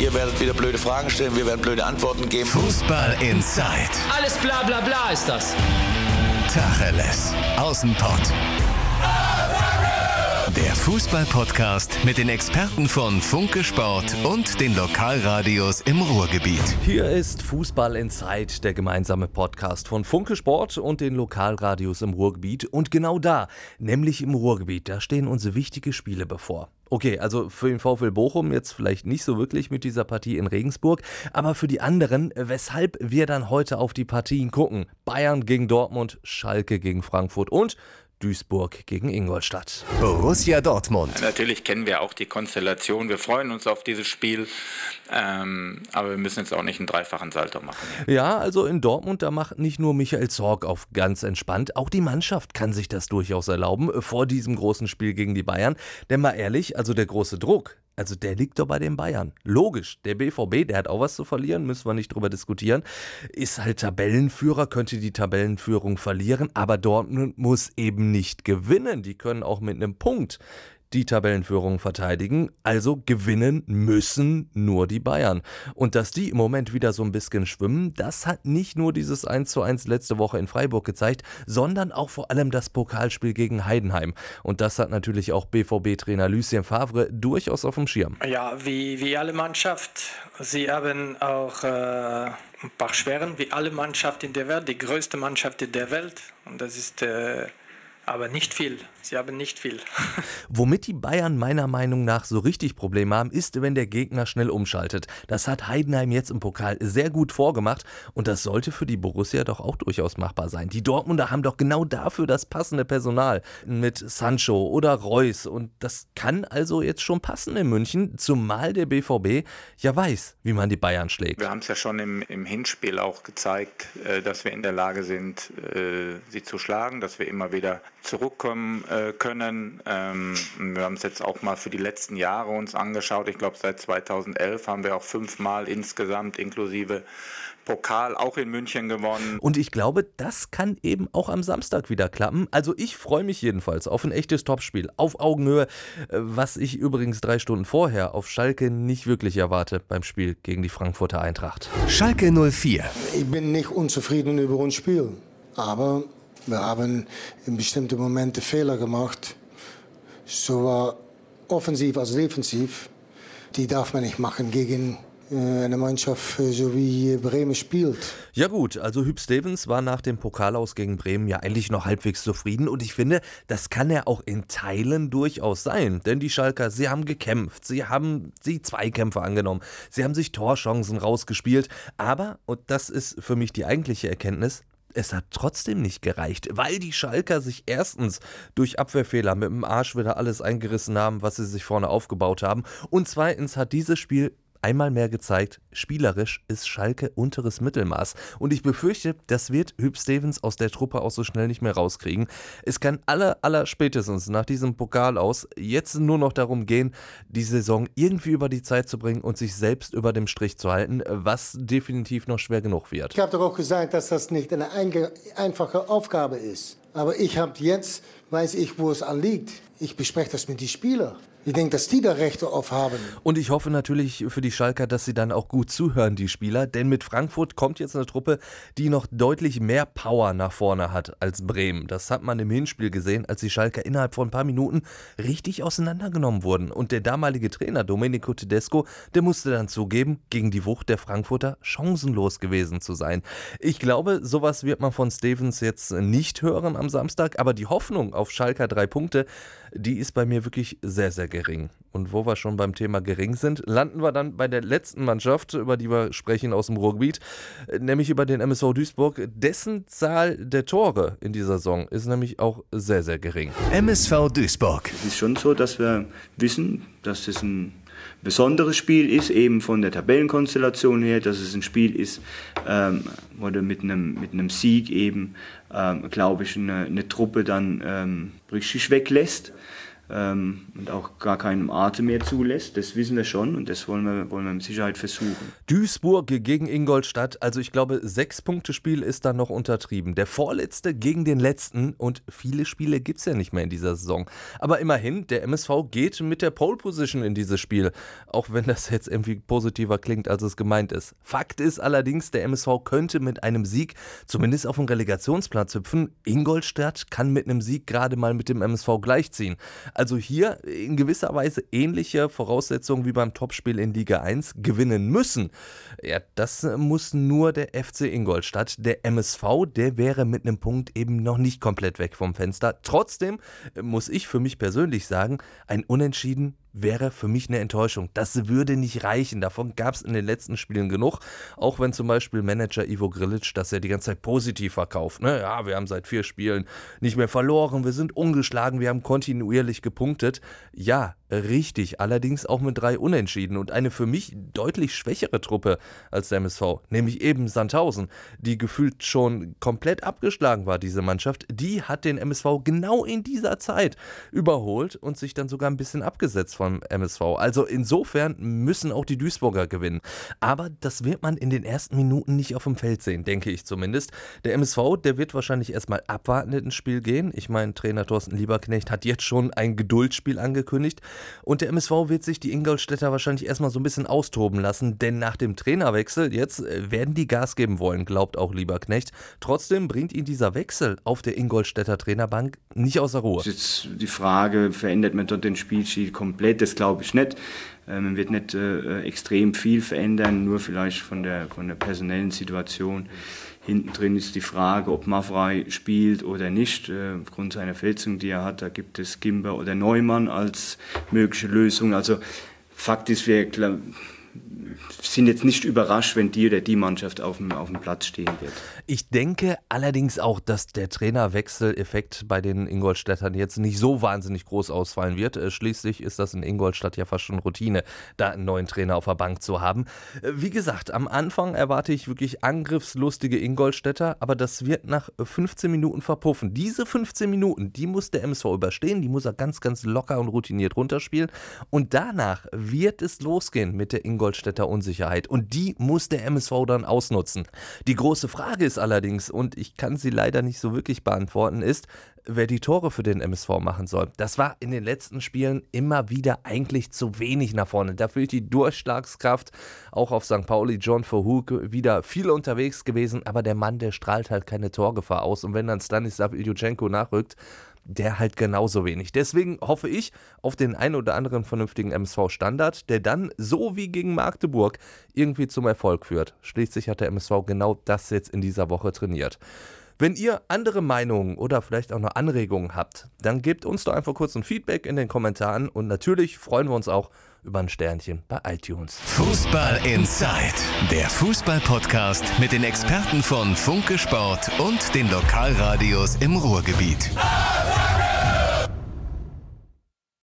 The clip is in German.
Ihr werdet wieder blöde Fragen stellen, wir werden blöde Antworten geben. Fußball Inside. Alles bla bla bla ist das. Tacheles. Außenpott. Der Fußball-Podcast mit den Experten von Funke Sport und den Lokalradios im Ruhrgebiet. Hier ist Fußball Inside, der gemeinsame Podcast von Funke Sport und den Lokalradios im Ruhrgebiet. Und genau da, nämlich im Ruhrgebiet, da stehen uns wichtige Spiele bevor. Okay, also für den VfL Bochum jetzt vielleicht nicht so wirklich mit dieser Partie in Regensburg, aber für die anderen, weshalb wir dann heute auf die Partien gucken. Bayern gegen Dortmund, Schalke gegen Frankfurt und Duisburg gegen Ingolstadt. Borussia Dortmund. Natürlich kennen wir auch die Konstellation. Wir freuen uns auf dieses Spiel, aber wir müssen jetzt auch nicht einen dreifachen Salto machen. Ja, also in Dortmund, da macht nicht nur Michael Zorc auf ganz entspannt, auch die Mannschaft kann sich das durchaus erlauben vor diesem großen Spiel gegen die Bayern. Denn mal ehrlich, also der große Druck, also der liegt doch bei den Bayern. Logisch, der BVB, der hat auch was zu verlieren, müssen wir nicht drüber diskutieren. Ist halt Tabellenführer, könnte die Tabellenführung verlieren, aber Dortmund muss eben nicht gewinnen. Die können auch mit einem Punkt die Tabellenführung verteidigen, also gewinnen müssen nur die Bayern. Und dass die im Moment wieder so ein bisschen schwimmen, das hat nicht nur dieses 1:1 letzte Woche in Freiburg gezeigt, sondern auch vor allem das Pokalspiel gegen Heidenheim. Und das hat natürlich auch BVB-Trainer Lucien Favre durchaus auf dem Schirm. Ja, wie alle Mannschaft. Sie haben auch ein paar Schweren, wie alle Mannschaft in der Welt, die größte Mannschaft in der Welt. Und das ist aber nicht viel. Sie haben nicht viel. Womit die Bayern meiner Meinung nach so richtig Probleme haben, ist, wenn der Gegner schnell umschaltet. Das hat Heidenheim jetzt im Pokal sehr gut vorgemacht und das sollte für die Borussia doch auch durchaus machbar sein. Die Dortmunder haben doch genau dafür das passende Personal mit Sancho oder Reus und das kann also jetzt schon passen in München, zumal der BVB ja weiß, wie man die Bayern schlägt. Wir haben es ja schon im Hinspiel auch gezeigt, dass wir in der Lage sind, sie zu schlagen, dass wir immer wieder zurückkommen können. Wir haben es jetzt auch mal für die letzten Jahre uns angeschaut. Ich glaube, seit 2011 haben wir auch 5-mal insgesamt inklusive Pokal auch in München gewonnen. Und ich glaube, das kann eben auch am Samstag wieder klappen. Also ich freue mich jedenfalls auf ein echtes Topspiel, auf Augenhöhe, was ich übrigens 3 Stunden vorher auf Schalke nicht wirklich erwarte beim Spiel gegen die Frankfurter Eintracht. Schalke 04. Ich bin nicht unzufrieden über unser Spiel, aber wir haben in bestimmten Momenten Fehler gemacht, sowohl offensiv als defensiv. Die darf man nicht machen gegen eine Mannschaft, so wie Bremen spielt. Ja gut, also Huub Stevens war nach dem Pokalaus gegen Bremen ja eigentlich noch halbwegs zufrieden und ich finde, das kann er auch in Teilen durchaus sein, denn die Schalker, sie haben gekämpft, sie haben Zweikämpfe angenommen, sie haben sich Torchancen rausgespielt, aber, und das ist für mich die eigentliche Erkenntnis, es hat trotzdem nicht gereicht, weil die Schalker sich erstens durch Abwehrfehler mit dem Arsch wieder alles eingerissen haben, was sie sich vorne aufgebaut haben und zweitens hat dieses Spiel einmal mehr gezeigt, spielerisch ist Schalke unteres Mittelmaß. Und ich befürchte, das wird Huub Stevens aus der Truppe auch so schnell nicht mehr rauskriegen. Es kann aller spätestens nach diesem Pokal aus jetzt nur noch darum gehen, die Saison irgendwie über die Zeit zu bringen und sich selbst über dem Strich zu halten, was definitiv noch schwer genug wird. Ich habe doch auch gesagt, dass das nicht eine einfache Aufgabe ist. Aber weiß ich, wo es anliegt. Ich bespreche das mit den Spielern. Ich denke, dass die da Rechte auf haben. Und ich hoffe natürlich für die Schalker, dass sie dann auch gut zuhören, die Spieler. Denn mit Frankfurt kommt jetzt eine Truppe, die noch deutlich mehr Power nach vorne hat als Bremen. Das hat man im Hinspiel gesehen, als die Schalker innerhalb von ein paar Minuten richtig auseinandergenommen wurden. Und der damalige Trainer Domenico Tedesco, der musste dann zugeben, gegen die Wucht der Frankfurter chancenlos gewesen zu sein. Ich glaube, sowas wird man von Stevens jetzt nicht hören am Samstag. Aber die Hoffnung auf Schalker 3 Punkte, die ist bei mir wirklich sehr, sehr gering. Und wo wir schon beim Thema gering sind, landen wir dann bei der letzten Mannschaft, über die wir sprechen aus dem Ruhrgebiet, nämlich über den MSV Duisburg. Dessen Zahl der Tore in dieser Saison ist nämlich auch sehr, sehr gering. MSV Duisburg. Es ist schon so, dass wir wissen, dass es ein besonderes Spiel ist, eben von der Tabellenkonstellation her, dass es ein Spiel ist, wo du mit einem Sieg eben, glaube ich, eine Truppe dann richtig weglässt. und auch gar keinen Atem mehr zulässt. Das wissen wir schon und das wollen wir mit Sicherheit versuchen. Duisburg gegen Ingolstadt, also ich glaube 6-Punkte-Spiel ist da noch untertrieben. Der Vorletzte gegen den Letzten und viele Spiele gibt es ja nicht mehr in dieser Saison. Aber immerhin, der MSV geht mit der Pole-Position in dieses Spiel, auch wenn das jetzt irgendwie positiver klingt, als es gemeint ist. Fakt ist allerdings, der MSV könnte mit einem Sieg zumindest auf den Relegationsplatz hüpfen. Ingolstadt kann mit einem Sieg gerade mal mit dem MSV gleichziehen. Also hier in gewisser Weise ähnliche Voraussetzungen wie beim Topspiel in Liga 1 gewinnen müssen. Ja, das muss nur der FC Ingolstadt. Der MSV, der wäre mit einem Punkt eben noch nicht komplett weg vom Fenster. Trotzdem muss ich für mich persönlich sagen, ein Unentschieden wäre für mich eine Enttäuschung. Das würde nicht reichen. Davon gab es in den letzten Spielen genug. Auch wenn zum Beispiel Manager Ivo Grilic das ja die ganze Zeit positiv verkauft. Ne? Ja, wir haben seit 4 Spielen nicht mehr verloren, wir sind ungeschlagen, wir haben kontinuierlich gepunktet. Ja, richtig. Allerdings auch mit 3 Unentschieden und eine für mich deutlich schwächere Truppe als der MSV. Nämlich eben Sandhausen, die gefühlt schon komplett abgeschlagen war, diese Mannschaft. Die hat den MSV genau in dieser Zeit überholt und sich dann sogar ein bisschen abgesetzt vom MSV. Also insofern müssen auch die Duisburger gewinnen. Aber das wird man in den ersten Minuten nicht auf dem Feld sehen, denke ich zumindest. Der MSV, der wird wahrscheinlich erstmal abwartend ins Spiel gehen. Ich meine, Trainer Thorsten Lieberknecht hat jetzt schon ein Geduldsspiel angekündigt. Und der MSV wird sich die Ingolstädter wahrscheinlich erstmal so ein bisschen austoben lassen, denn nach dem Trainerwechsel jetzt werden die Gas geben wollen, glaubt auch Lieberknecht. Trotzdem bringt ihn dieser Wechsel auf der Ingolstädter Trainerbank nicht außer Ruhe. Das ist jetzt die Frage, verändert man dort den Spielstil komplett? Das glaube ich nicht. Man wird nicht extrem viel verändern, nur vielleicht von der personellen Situation. Hinten drin ist die Frage, ob Maffrey spielt oder nicht. Aufgrund seiner Verletzung, die er hat, da gibt es Gimber oder Neumann als mögliche Lösung. Also Fakt ist, wir sind jetzt nicht überrascht, wenn die oder die Mannschaft auf dem Platz stehen wird. Ich denke allerdings auch, dass der Trainerwechseleffekt bei den Ingolstädtern jetzt nicht so wahnsinnig groß ausfallen wird. Schließlich ist das in Ingolstadt ja fast schon Routine, da einen neuen Trainer auf der Bank zu haben. Wie gesagt, am Anfang erwarte ich wirklich angriffslustige Ingolstädter, aber das wird nach 15 Minuten verpuffen. Diese 15 Minuten, die muss der MSV überstehen, die muss er ganz, ganz locker und routiniert runterspielen und danach wird es losgehen mit der Ingolstädter Unsicherheit und die muss der MSV dann ausnutzen. Die große Frage ist allerdings, und ich kann sie leider nicht so wirklich beantworten, ist, wer die Tore für den MSV machen soll. Das war in den letzten Spielen immer wieder eigentlich zu wenig nach vorne. Da fehlt die Durchschlagskraft. Auch auf St. Pauli, John Verhoek wieder viel unterwegs gewesen, aber der Mann, der strahlt halt keine Torgefahr aus. Und wenn dann Stanislav Iljutschenko nachrückt, der halt genauso wenig. Deswegen hoffe ich auf den ein oder anderen vernünftigen MSV-Standard, der dann, so wie gegen Magdeburg, irgendwie zum Erfolg führt. Schließlich hat der MSV genau das jetzt in dieser Woche trainiert. Wenn ihr andere Meinungen oder vielleicht auch noch Anregungen habt, dann gebt uns doch einfach kurz ein Feedback in den Kommentaren und natürlich freuen wir uns auch über ein Sternchen bei iTunes. Fußball Inside, der Fußball-Podcast mit den Experten von Funke Sport und den Lokalradios im Ruhrgebiet.